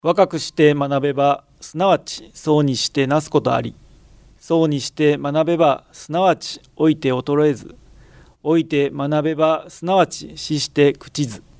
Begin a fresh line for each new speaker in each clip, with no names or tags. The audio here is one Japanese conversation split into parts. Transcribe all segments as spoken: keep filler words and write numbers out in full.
若くして学べばすなわちそうにしてなすことあり、そうにして学べばすなわち老いて衰えず、老いて学べばすなわち死して朽ちず。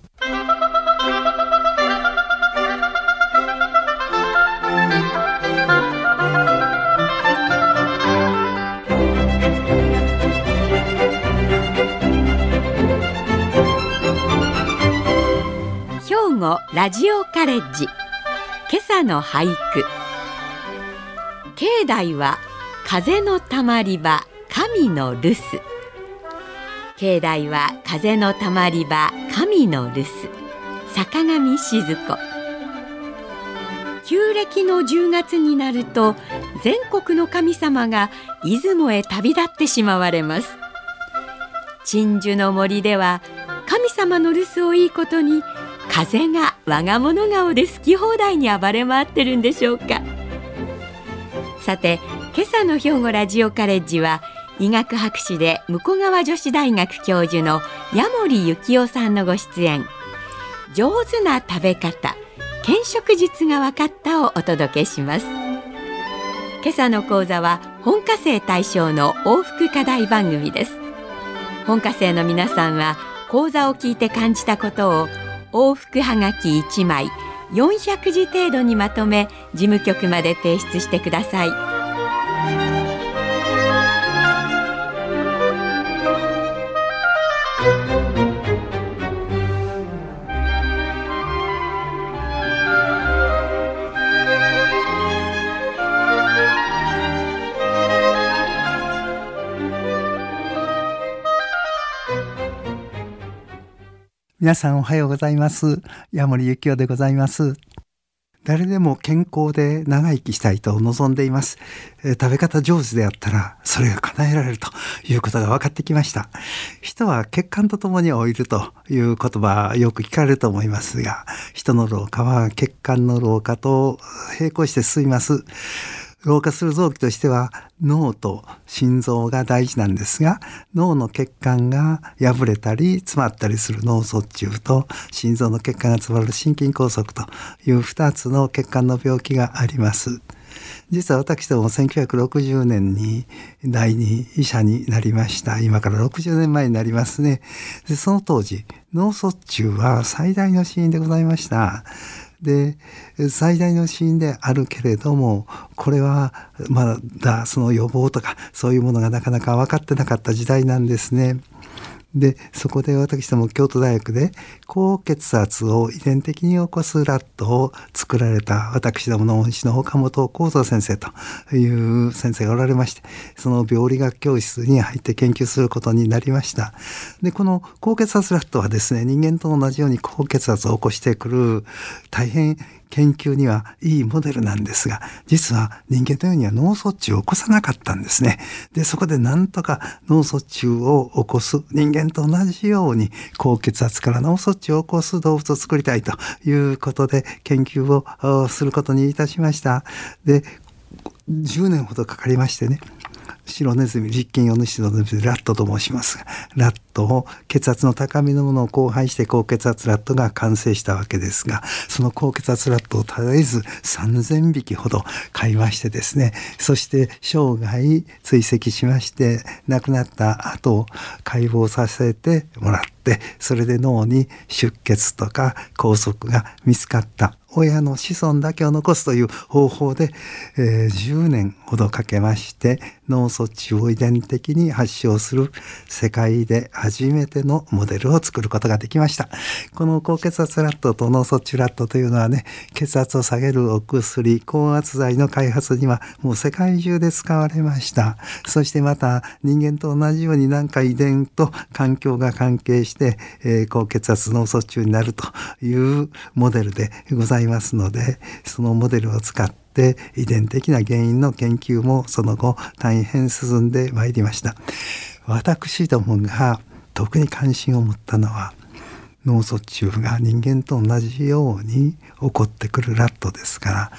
兵庫ラジオカレッジ、今朝の俳句。境内は風のたまり場、神の留守。境内は風のたまり場、神の留守。坂上静子。旧暦のじゅうがつになると、全国の神様が出雲へ旅立ってしまわれます。鎮守の森では神様の留守をいいことに、風が我が物顔で好き放題に暴れ回ってるんでしょうか。さて、今朝の兵庫ラジオカレッジは、医学博士で武庫川女子大学教授の矢守幸夫さんのご出演、上手な食べ方、健食術が分かったをお届けします。今朝の講座は本科生対象の往復課題番組です。本科生の皆さんは講座を聞いて感じたことを往復はがきいちまいよんひゃくじ程度にまとめ、事務局まで提出してください。
皆さんおはようございます。矢守幸夫でございます。誰でも健康で長生きしたいと望んでいます。えー、食べ方上手であったらそれが叶えられるということが分かってきました。人は血管とともに老いるという言葉よく聞かれると思いますが、人の老化は血管の老化と並行して進みます。老化する臓器としては脳と心臓が大事なんですが、脳の血管が破れたり詰まったりする脳卒中と、心臓の血管が詰まる心筋梗塞というふたつの血管の病気があります。実は私どもせんきゅうひゃくろくじゅうねんに第二医者になりました。今からろくじゅうねんまえになりますね。でその当時脳卒中は最大の死因でございました。で最大の死因であるけれども、これはまだその予防とかそういうものがなかなか分かってなかった時代なんですね。でそこで私ども京都大学で高血圧を遺伝的に起こすラットを作られた私どもの恩師の岡本幸三先生という先生がおられまして、その病理学教室に入って研究することになりました。でこの高血圧ラットはですね、人間と同じように高血圧を起こしてくる大変研究にはいいモデルなんですが、実は人間のようには脳卒中を起こさなかったんですね。でそこでなんとか脳卒中を起こす、人間と同じように高血圧から脳卒中を起こす動物を作りたいということで研究をすることにいたしました。でじゅうねんほどかかりましてね、白ネズミ、実験用の白ネズミラットと申しますが、ラットを血圧の高めのものを交配して高血圧ラットが完成したわけですが、その高血圧ラットを絶えずさんぜんびきほど飼いましてですね、そして生涯追跡しまして、亡くなった後解剖させてもらって、それで脳に出血とか梗塞が見つかった親の子孫だけを残すという方法で、えー、じゅうねんほどかけまして脳卒中を遺伝的に発症する世界で初めてのモデルを作ることができました。この高血圧ラットと脳卒中ラットというのはね、血圧を下げるお薬、高圧剤の開発にはもう世界中で使われました。そしてまた人間と同じように何か遺伝と環境が関係して、えー、高血圧脳卒中になるというモデルでございますので、そのモデルを使って遺伝的な原因の研究もその後大変進んでまいりました。私どもが特に関心を持ったのは、脳卒中が人間と同じように起こってくるラットですから、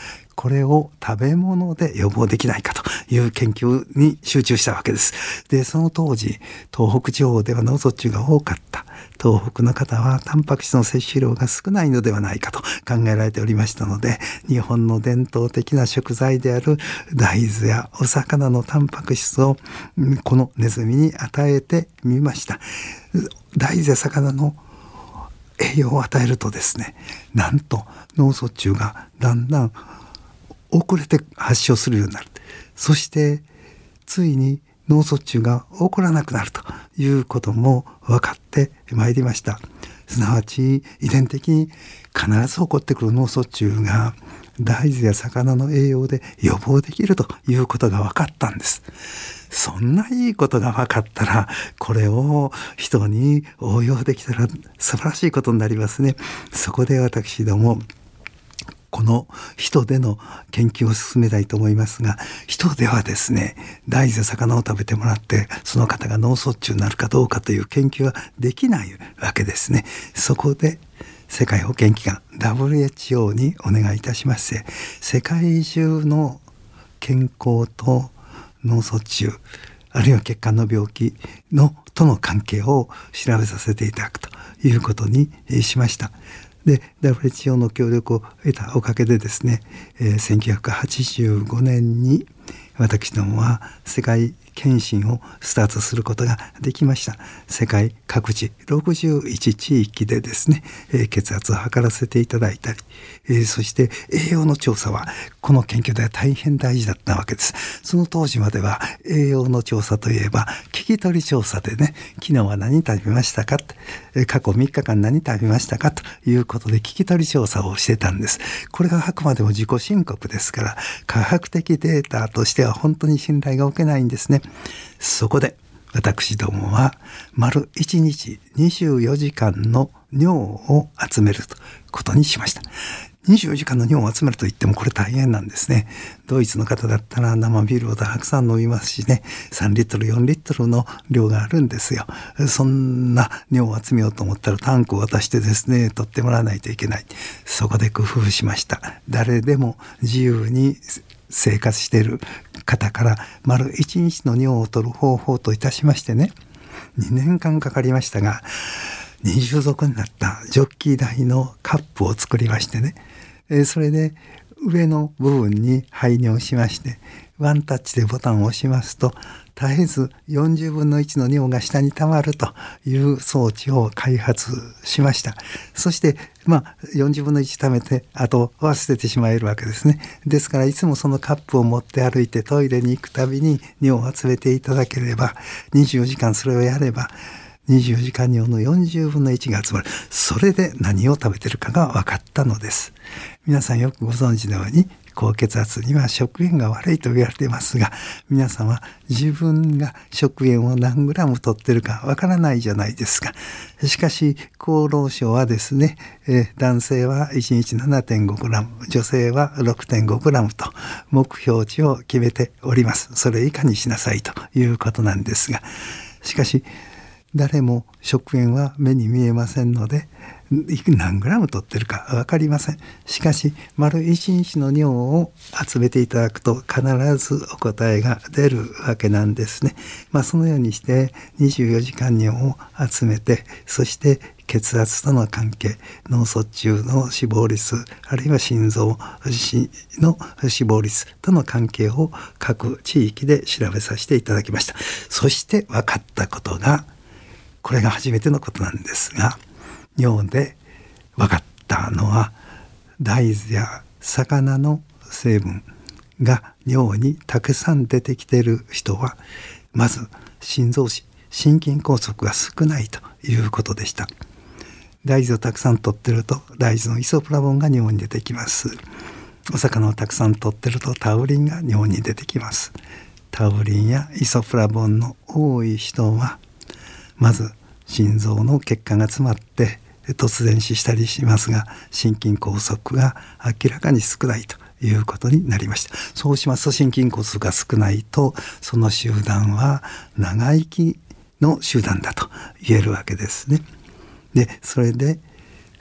これを食べ物で予防できないかという研究に集中したわけです。でその当時東北地方では脳卒中が多かった。東北の方はタンパク質の摂取量が少ないのではないかと考えられておりましたので、日本の伝統的な食材である大豆やお魚のタンパク質をこのネズミに与えてみました。大豆や魚の栄養を与えるとですね、なんと脳卒中がだんだん遅れて発症するようになる。そしてついに脳卒中が起こらなくなるということも分かってまいりました。すなわち遺伝的に必ず起こってくる脳卒中が大豆や魚の栄養で予防できるということが分かったんです。そんないいことが分かったら、これを人に応用できたら素晴らしいことになりますね。そこで私どもこの人での研究を進めたいと思いますが、人ではですね、大豆や魚を食べてもらってその方が脳卒中になるかどうかという研究はできないわけですね。そこで世界保健機関 ダブリューエイチオー にお願いいたしまして、世界中の健康と脳卒中あるいは血管の病気のとの関係を調べさせていただくということにしました。で ダブリューエイチオー の協力を得たおかげでですね、えー、せんきゅうひゃくはちじゅうごねんに私どもは世界検診をスタートすることができました。世界各地ろくじゅういち地域でですね、えー、血圧を測らせていただいたり、えー、そして栄養の調査はこの研究では大変大事だったわけです。その当時までは栄養の調査といえば聞き取り調査でね、昨日は何食べましたか、えー、過去みっかかん何食べましたかということで聞き取り調査をしてたんです。これがあくまでも自己申告ですから、科学的データとしては本当に信頼がおけないんですね。そこで私どもは丸いちにちにじゅうよじかんの尿を集めることにしました。にじゅうよじかんの尿を集めるといってもこれ大変なんですね。ドイツの方だったら生ビールをたくさん飲みますしね、さんリットルよんリットルの量があるんですよ。そんな尿を集めようと思ったらタンクを渡してですね、取ってもらわないといけない。そこで工夫しました。誰でも自由に生活している方から丸いちにちの尿を取る方法といたしましてね、にねんかんかかりましたが二重底になったジョッキ台のカップを作りましてね、えそれで上の部分に排尿しまして、ワンタッチでボタンを押しますと絶えずよんじゅうぶんのいちの尿が下に溜まるという装置を開発しました。そしてまあよんじゅうぶんのいち溜めてあと忘れてしまえるわけですね。ですからいつもそのカップを持って歩いてトイレに行くたびに尿を集めていただければ、にじゅうよじかんそれをやればにじゅうよじかん尿のよんじゅうぶんのいちが集まる。それで何を食べてるかが分かったのです。皆さんよくご存知のように高血圧には食塩が悪いと言われていますが、皆さんは自分が食塩を何グラム取ってるかわからないじゃないですか。しかし厚労省はですね、えー、男性はいちにち ななてんごグラム、女性は ろくてんごグラムと目標値を決めております。それ以下にしなさいということなんですが、しかし誰も食塩は目に見えませんので何グラム取ってるか分かりません。しかし丸いちにちの尿を集めていただくと必ずお答えが出るわけなんですね。まあそのようにしてにじゅうよじかん尿を集めて、そして血圧との関係、脳卒中の死亡率、あるいは心臓の死亡率との関係を各地域で調べさせていただきました。そして分かったことが、これが初めてのことなんですが、尿で分かったのは大豆や魚の成分が尿にたくさん出てきている人はまず心臓死、心筋梗塞が少ないということでした。大豆をたくさん摂ってると大豆のイソフラボンが尿に出てきます。お魚をたくさん摂ってるとタウリンが尿に出てきます。タウリンやイソフラボンの多い人はまず心臓の血管が詰まって突然死したりしますが、心筋梗塞が明らかに少ないということになりました。そうしますと心筋梗塞が少ないとその集団は長生きの集団だと言えるわけですね。でそれで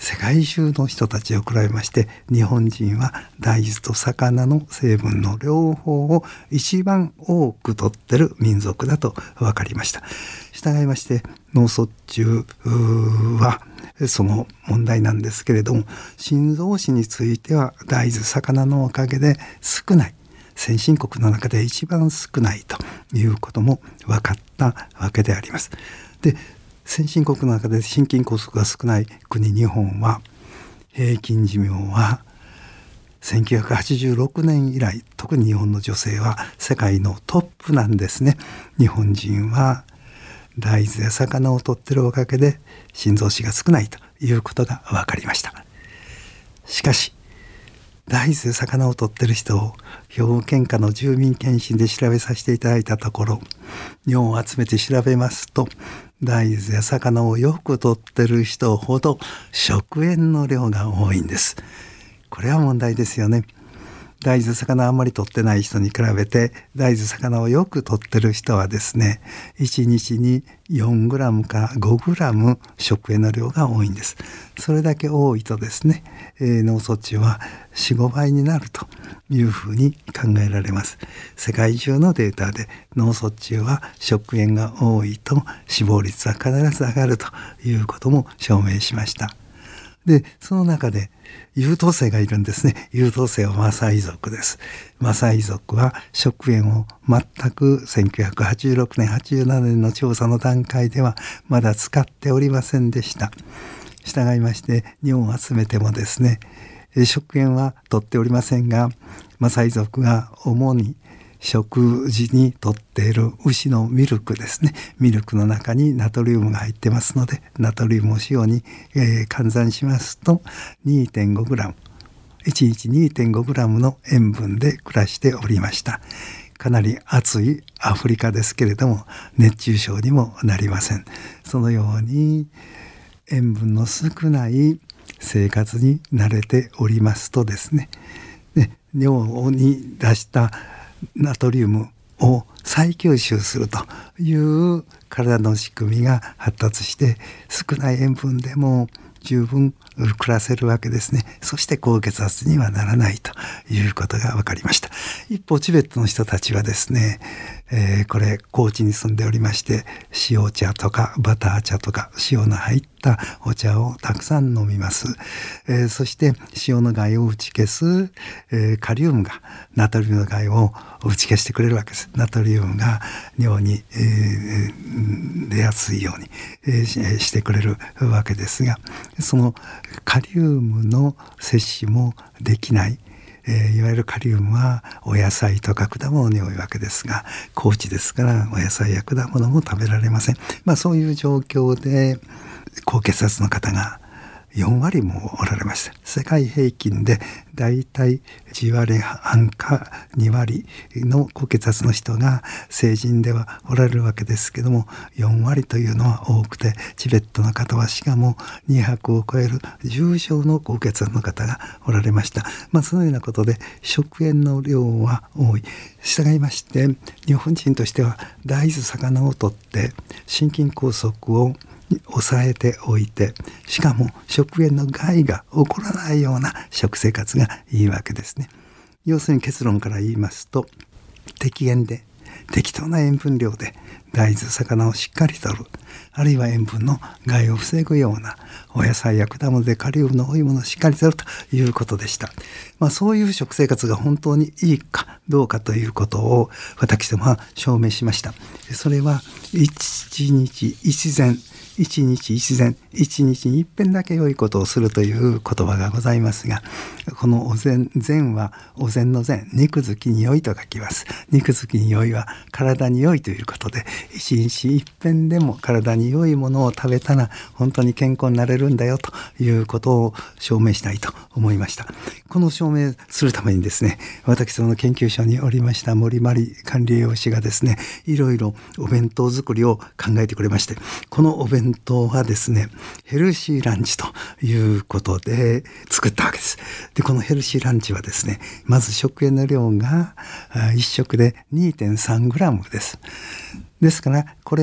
世界中の人たちを比べまして日本人は大豆と魚の成分の両方を一番多く摂ってる民族だと分かりました。したがいまして脳卒中はその問題なんですけれども、心臓死については大豆魚のおかげで少ない、先進国の中で一番少ないということも分かったわけであります。で、先進国の中で心筋梗塞が少ない国日本は平均寿命はせんきゅうひゃくはちじゅうろくねん以来、特に日本の女性は世界のトップなんですね。日本人は大豆や魚を摂ってるおかげで心臓死が少ないということが分かりました。しかし大豆や魚を摂ってる人を兵庫県下の住民検診で調べさせていただいたところ、尿を集めて調べますと大豆や魚をよく摂ってる人ほど食塩の量が多いんです。これは問題ですよね。大豆魚あんまり摂ってない人に比べて大豆魚をよく摂ってる人はですね、いちにちによんグラムかごグラム食塩の量が多いんです。それだけ多いとですね、えー、脳卒中は よん、ごばいになるというふうに考えられます。世界中のデータで脳卒中は食塩が多いと死亡率は必ず上がるということも証明しました。で、その中で優等生がいるんですね。優等生はマサイ族です。マサイ族は食塩を全くせんきゅうひゃくはちじゅうろくねんはちじゅうななねんの調査の段階ではまだ使っておりませんでした。したがいまして尿を集めてもですね、食塩は取っておりませんが、マサイ族が主に食事にとっている牛のミルクですね、ミルクの中にナトリウムが入ってますので、ナトリウムを塩に、えー、換算しますと にてんごグラム、いちにち にてんごグラムの塩分で暮らしておりました。かなり暑いアフリカですけれども熱中症にもなりません。そのように塩分の少ない生活に慣れておりますとですね、で尿に出したナトリウムを再吸収するという体の仕組みが発達して少ない塩分でも十分暮らせるわけですね。そして高血圧にはならないということが分かりました。一方チベットの人たちはですね、えー、これ高知に住んでおりまして塩茶とかバター茶とか塩の入ったお茶をたくさん飲みます。えー、そして塩の害を打ち消す、えー、カリウムがナトリウムの害を打ち消してくれるわけです。ナトリウムが尿に、えー、出やすいように、えー、してくれるわけですが、そのカリウムの摂取もできない、えー、いわゆるカリウムはお野菜とか果物に多いわけですが、高地ですからお野菜や果物も食べられません。まあそういう状況で高血圧の方がよんわりもおられました。世界平均でだいたいいちわりはんかにわりの高血圧の人が成人ではおられるわけですけども、よんわりというのは多くて、チベットの方はしかもにひゃくを超える重症の高血圧の方がおられました。まあそのようなことで食塩の量は多い。従いまして日本人としては大豆魚をとって心筋梗塞を抑えておいて、しかも食塩の害が起こらないような食生活がいいわけですね。要するに結論から言いますと、適塩で適当な塩分量で大豆魚をしっかりとる、あるいは塩分の害を防ぐようなお野菜や果物でカリウムの多いものをしっかりとるということでした。まあ、そういう食生活が本当にいいかどうかということを私どもは証明しました。それはいちにち一膳、一日一膳、一日に一遍だけ良いことをするという言葉がございますが、このお膳、膳はお膳の膳、肉付きに良いと書きます。肉付きに良いは体に良いということで、一日一遍でも体に良いものを食べたら本当に健康になれるんだよということを証明したいと思いました。この証明するためにですね、私どもの研究所におりました森まり管理栄養士がですね、いろいろお弁当作りを考えてくれまして、このお弁当はですね、ヘルシーランチということで作ったわけです。で、このヘルシーランチはですね、まず食塩の量がいっ食で にてんさんグラムです。ですからこれを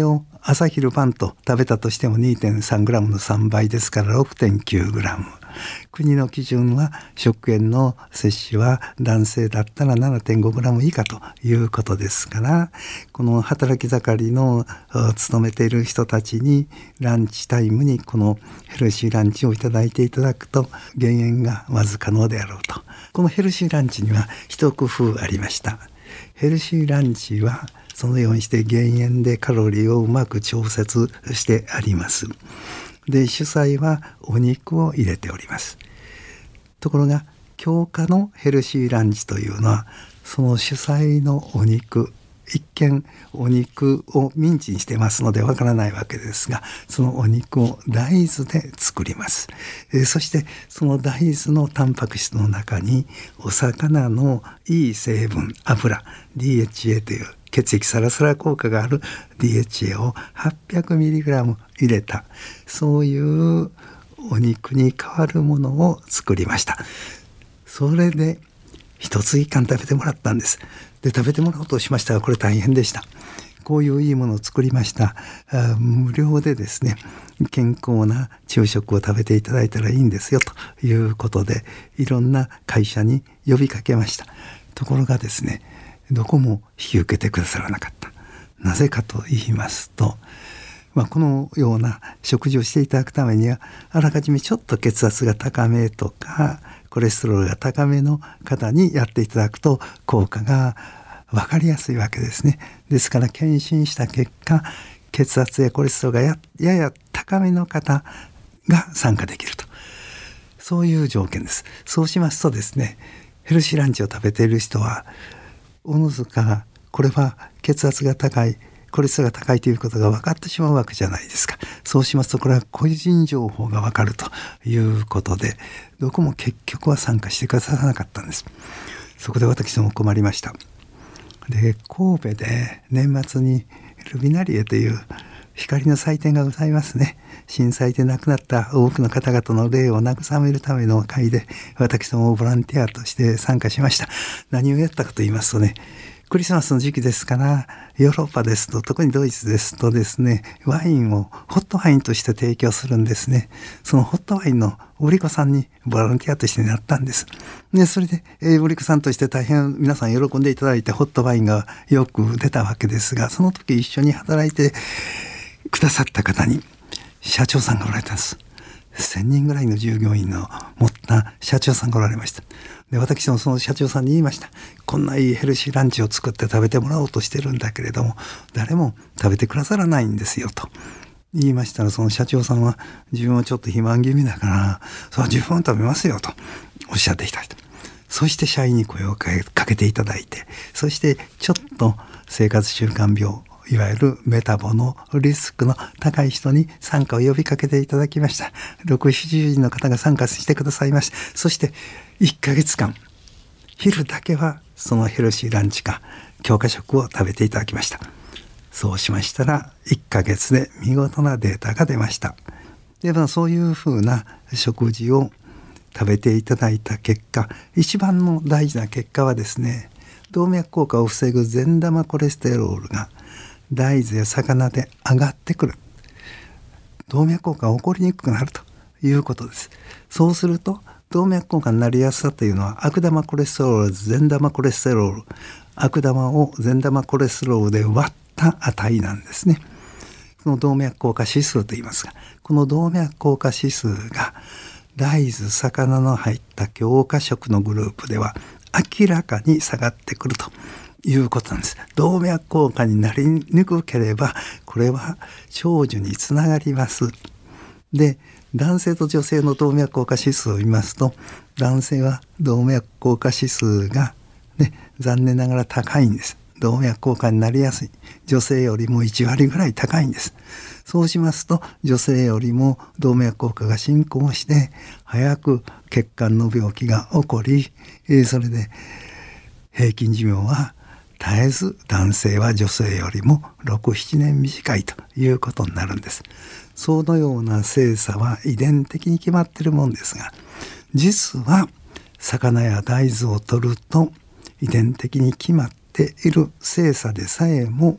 朝昼晩と食べたとしても にてんさんグラムのさんばいですから ろくてんきゅうグラム。国の基準は食塩の摂取は男性だったら ななてんごグラム以下ということですから、この働き盛りの勤めている人たちにランチタイムにこのヘルシーランチをいただいていただくと減塩がまず可能であろうと。このヘルシーランチには一工夫ありました。ヘルシーランチはそのようにして減塩でカロリーをうまく調節してあります。で、主菜はお肉を入れております。ところが強化のヘルシーランチというのはその主菜のお肉、一見お肉をミンチにしてますのでわからないわけですが、そのお肉を大豆で作ります。えー、そしてその大豆のタンパク質の中にお魚のいい成分、油 ディーエイチエー という血液サラサラ効果がある ディーエイチエー を はっぴゃくミリグラム 入れた、そういうお肉に代わるものを作りました。それで一ついかん食べてもらったんです。で、食べてもらおうとしましたがこれ大変でした。こういういいものを作りました。あ、無料でですね、健康な昼食を食べていただいたらいいんですよということでいろんな会社に呼びかけました。ところがですね、どこも引き受けてくださらなかった。なぜかと言いますと、まあ、このような食事をしていただくためにはあらかじめちょっと血圧が高めとかコレステロールが高めの方にやっていただくと効果が分かりやすいわけですね。ですから検診した結果、血圧やコレステロールが や, やや高めの方が参加できると、そういう条件です。そうしますとですね、ヘルシーランチを食べている人はおのずからこれは血圧が高い、コレステロールが高いということが分かってしまうわけじゃないですか。そうしますとこれは個人情報が分かるということで、どこも結局は参加してくださらなかったんです。そこで私も困りました。で、神戸で年末にルミナリエという光の祭典がございますね。震災で亡くなった多くの方々の霊を慰めるための会で私どもボランティアとして参加しました。何をやったかと言いますとね、クリスマスの時期ですからヨーロッパですと、特にドイツですとですね、ワインをホットワインとして提供するんですね。そのホットワインの売り子さんにボランティアとしてなったんです。で、それで、えー、売り子さんとして大変皆さん喜んでいただいてホットワインがよく出たわけですが、その時一緒に働いてくださった方に社長さんがおられたんです。せんにんぐらいの従業員の持った社長さんがおられました。で、私もその社長さんに言いました。こんないいヘルシーランチを作って食べてもらおうとしてるんだけれども誰も食べてくださらないんですよと言いましたら、その社長さんは自分はちょっと肥満気味だからそれは自分は食べますよとおっしゃっていただいた。そして社員に声をかけていただいて、そしてちょっと生活習慣病、いわゆるメタボのリスクの高い人に参加を呼びかけていただきました。ろくじゅう、ななじゅうにんの方が参加してくださいました。そしていっかげつかん昼だけはそのヘルシーランチか強化食を食べていただきました。そうしましたらいっかげつで見事なデータが出ました。でもそういうふうな食事を食べていただいた結果、一番の大事な結果はですね、動脈硬化を防ぐ善玉コレステロールが大豆や魚で上がってくる。動脈硬化が起こりにくくなるということです。そうすると動脈硬化になりやすさというのは悪玉コレステロール、善玉コレステロール、悪玉を善玉コレステロールで割った値なんですね。この動脈硬化指数といいますが、この動脈硬化指数が大豆、魚の入った強化食のグループでは明らかに下がってくるということなんです。動脈硬化になりにくければこれは長寿につながります。で、男性と女性の動脈硬化指数を見ますと、男性は動脈硬化指数が、ね、残念ながら高いんです。動脈硬化になりやすい。女性よりもいちわりぐらい高いんです。そうしますと女性よりも動脈硬化が進行して早く血管の病気が起こり、それで平均寿命は絶えず男性は女性よりもろく、ななねん短いということになるんです。そのような性差は遺伝的に決まっているもんですが、実は魚や大豆を摂ると遺伝的に決まっている性差でさえも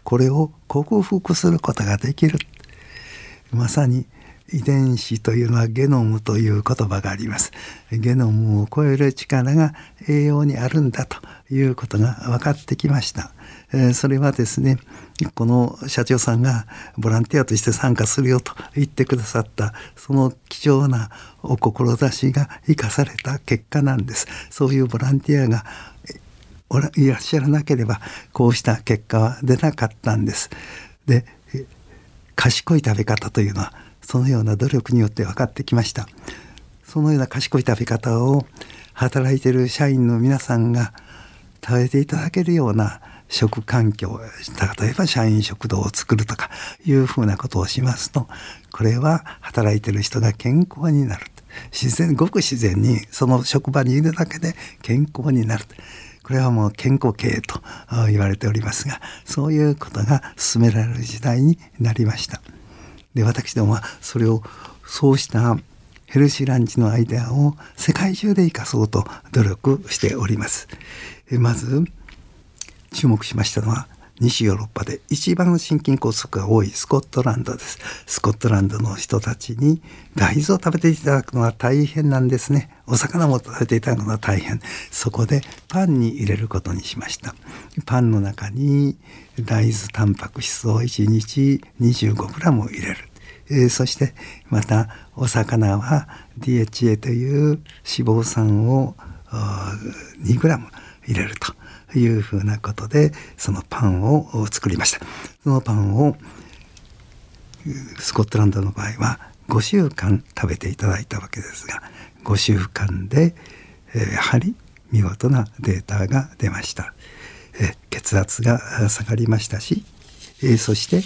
これを克服することができる。まさに遺伝子というのはゲノムという言葉があります。ゲノムを超える力が栄養にあるんだということが分かってきました。えー、それはですね、この社長さんがボランティアとして参加するよと言ってくださったその貴重なお志が生かされた結果なんです。そういうボランティアがいらっしゃらなければこうした結果は出なかったんです。で、賢い食べ方というのはそのような努力によって分かってきました。そのような賢い食べ方を働いている社員の皆さんが食べていただけるような食環境、例えば社員食堂を作るとかいうふうなことをしますと、これは働いている人が健康になる。自然、ごく自然にその職場にいるだけで健康になる。これはもう健康経営と言われておりますが、そういうことが進められる時代になりました。で、私どもはそれをそうしたヘルシーランチのアイデアを世界中で生かそうと努力しております。まず注目しましたのは西ヨーロッパで一番心筋梗塞が多いスコットランドです。スコットランドの人たちに大豆を食べていただくのは大変なんですね。お魚も食べていただくのは大変。そこでパンに入れることにしました。パンの中に大豆タンパク質をいちにち にじゅうごグラム 入れる。えー、そしてまたお魚は ディーエイチエー という脂肪酸を にグラム 入れるというふうなことでそのパンを作りました。そのパンをスコットランドの場合はごしゅうかん食べていただいたわけですが、ごしゅうかんで、えー、やはり見事なデータが出ました。えー、血圧が下がりましたし、えー、そして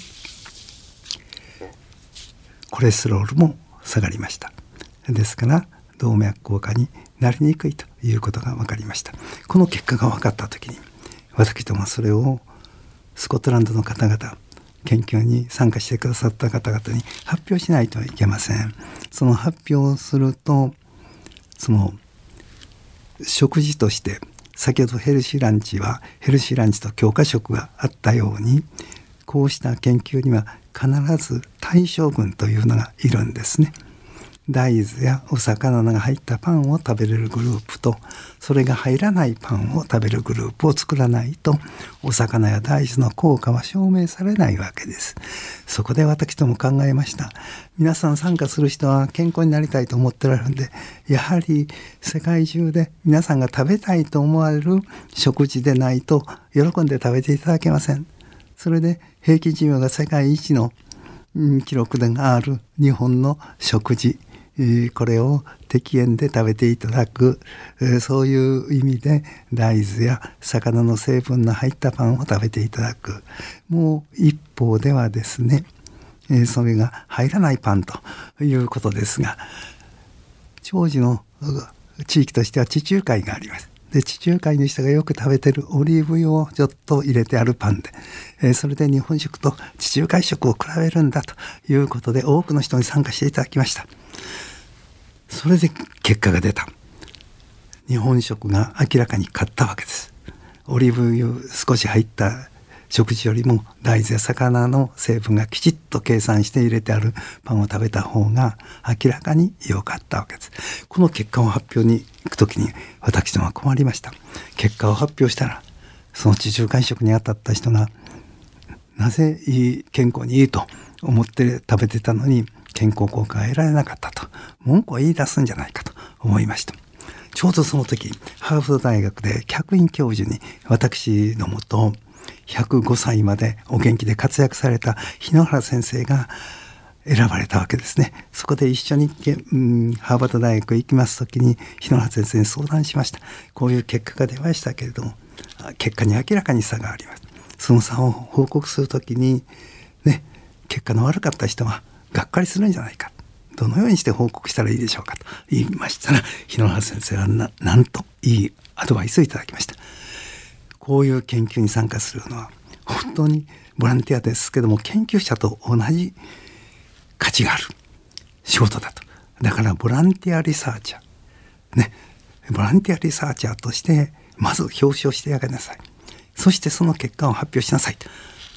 コレステロールも下がりました。ですから動脈硬化になりにくいということが分かりました。この結果が分かった時に私どもはそれをスコットランドの方々、研究に参加してくださった方々に発表しないといけません。その発表をすると、その食事として先ほどヘルシーランチはヘルシーランチと強化食があったように、こうした研究には必ず対象群というのがいるんですね。大豆やお魚が入ったパンを食べれるグループと、それが入らないパンを食べるグループを作らないと、お魚や大豆の効果は証明されないわけです。そこで私ども考えました。皆さん参加する人は健康になりたいと思っておられるんで、やはり世界中で皆さんが食べたいと思われる食事でないと喜んで食べていただけません。それで平均寿命が世界一の記録がある日本の食事、これを適塩で食べていただく、そういう意味で大豆や魚の成分の入ったパンを食べていただく。もう一方ではですね、それが入らないパンということですが、長寿の地域としては地中海があります。で、地中海の人がよく食べてるオリーブ油をちょっと入れてあるパンで、えー、それで日本食と地中海食を比べるんだということで多くの人に参加していただきました。それで結果が出た。日本食が明らかに勝ったわけです。オリーブ油少し入った食事よりも大豆や魚の成分がきちっと計算して入れてあるパンを食べた方が明らかに良かったわけです。この結果を発表に行くときに私どもは困りました。結果を発表したら、その地中海食に当たった人がなぜいい健康にいいと思って食べてたのに健康効果が得られなかったと文句を言い出すんじゃないかと思いました。ちょうどその時ハーフド大学で客員教授に私のもとひゃくごさいまでお元気で活躍された日野原先生が選ばれたわけですね。そこで一緒に、うん、ハーバード大学行きます時に日野原先生に相談しました。こういう結果が出ましたけれども、結果に明らかに差があります。その差を報告する時にね、結果の悪かった人はがっかりするんじゃないか、どのようにして報告したらいいでしょうかと言いましたら、日野原先生は な, なんといいアドバイスをいただきました。こういう研究に参加するのは本当にボランティアですけども、研究者と同じ価値がある仕事だと。だからボランティアリサーチャーね、ボランティアリサーチャーとしてまず表彰してあげなさい。そしてその結果を発表しなさいと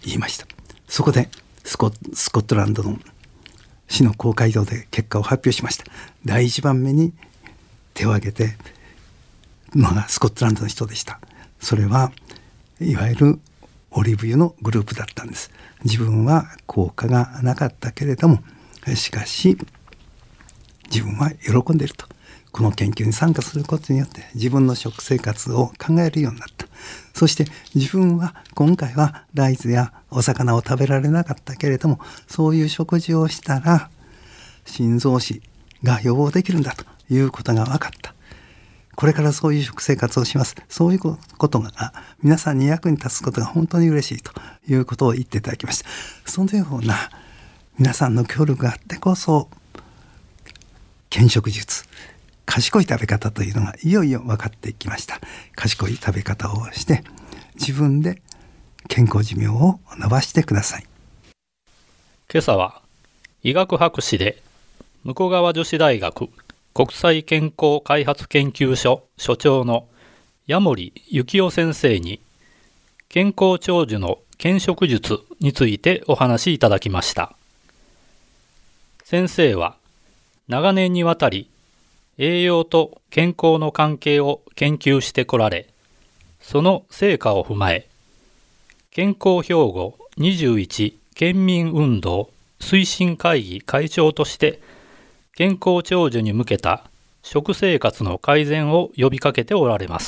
言いました。そこでスコ、スコットランドの市の公会堂で結果を発表しました。だいいちばんめに手を挙げてのがスコットランドの人でした。それはいわゆるオリーブ油のグループだったんです。自分は効果がなかったけれども、しかし自分は喜んでいると。この研究に参加することによって自分の食生活を考えるようになった。そして自分は今回は大豆やお魚を食べられなかったけれども、そういう食事をしたら心臓死が予防できるんだということが分かった。これからそういう食生活をします。そういうことが皆さんに役に立つことが本当に嬉しいということを言っていただきました。そのような皆さんの協力があってこそ、健食術、賢い食べ方というのがいよいよ分かってきました。賢い食べ方をして自分で健康寿命を伸ばしてください。
今朝は医学博士で武庫川女子大学国際健康開発研究所所長の矢守幸夫先生に健康長寿の健食術についてお話しいただきました。先生は長年にわたり栄養と健康の関係を研究してこられ、その成果を踏まえ、健康兵庫にじゅういち県民運動推進会議会長として健康長寿に向けた食生活の改善を呼びかけておられます。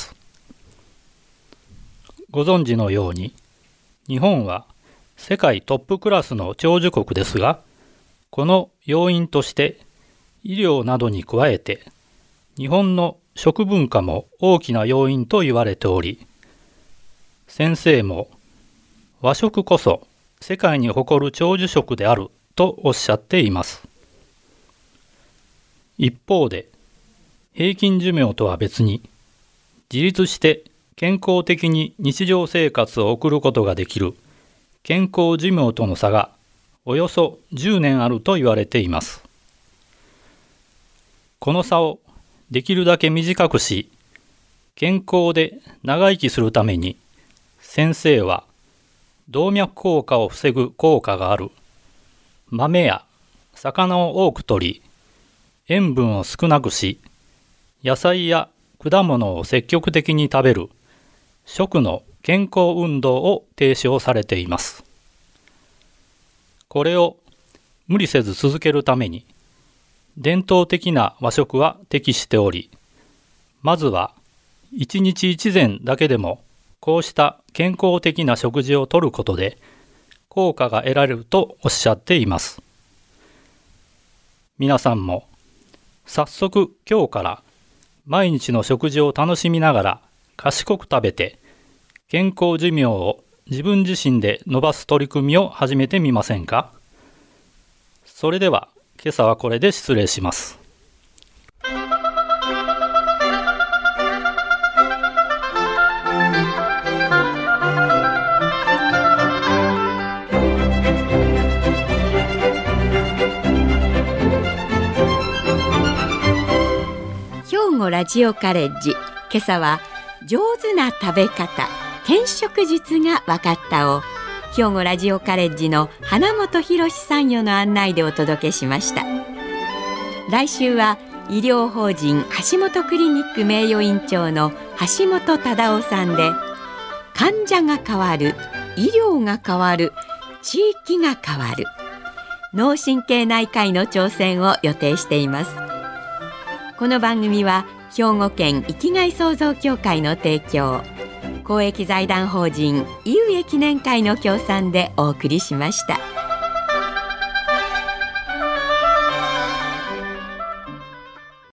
ご存知のように、日本は世界トップクラスの長寿国ですが、この要因として医療などに加えて日本の食文化も大きな要因と言われており、先生も和食こそ世界に誇る長寿食であるとおっしゃっています。一方で、平均寿命とは別に自立して健康的に日常生活を送ることができる健康寿命との差がおよそじゅうねんあると言われています。この差をできるだけ短くし、健康で長生きするために、先生は動脈硬化を防ぐ効果がある豆や魚を多く摂り、塩分を少なくし、野菜や果物を積極的に食べる食の健康運動を提唱されています。これを無理せず続けるために、伝統的な和食は適しており、まずはいちにちいち膳だけでもこうした健康的な食事をとることで効果が得られるとおっしゃっています。皆さんも早速今日から毎日の食事を楽しみながら賢く食べて健康寿命を自分自身で伸ばす取り組みを始めてみませんか？それでは今朝はこれで失礼します。
兵庫ラジオカレッジ、今朝は上手な食べ方健食術が分かったを兵庫ラジオカレッジの花本博参与の案内でお届けしました。来週は医療法人橋本クリニック名誉院長の橋本忠夫さんで、患者が変わる、医療が変わる、地域が変わる、脳神経内科医の挑戦を予定しています。この番組は兵庫県生きがい創造協会の提供、公益財団法人井上記念会の協賛でお送りしました。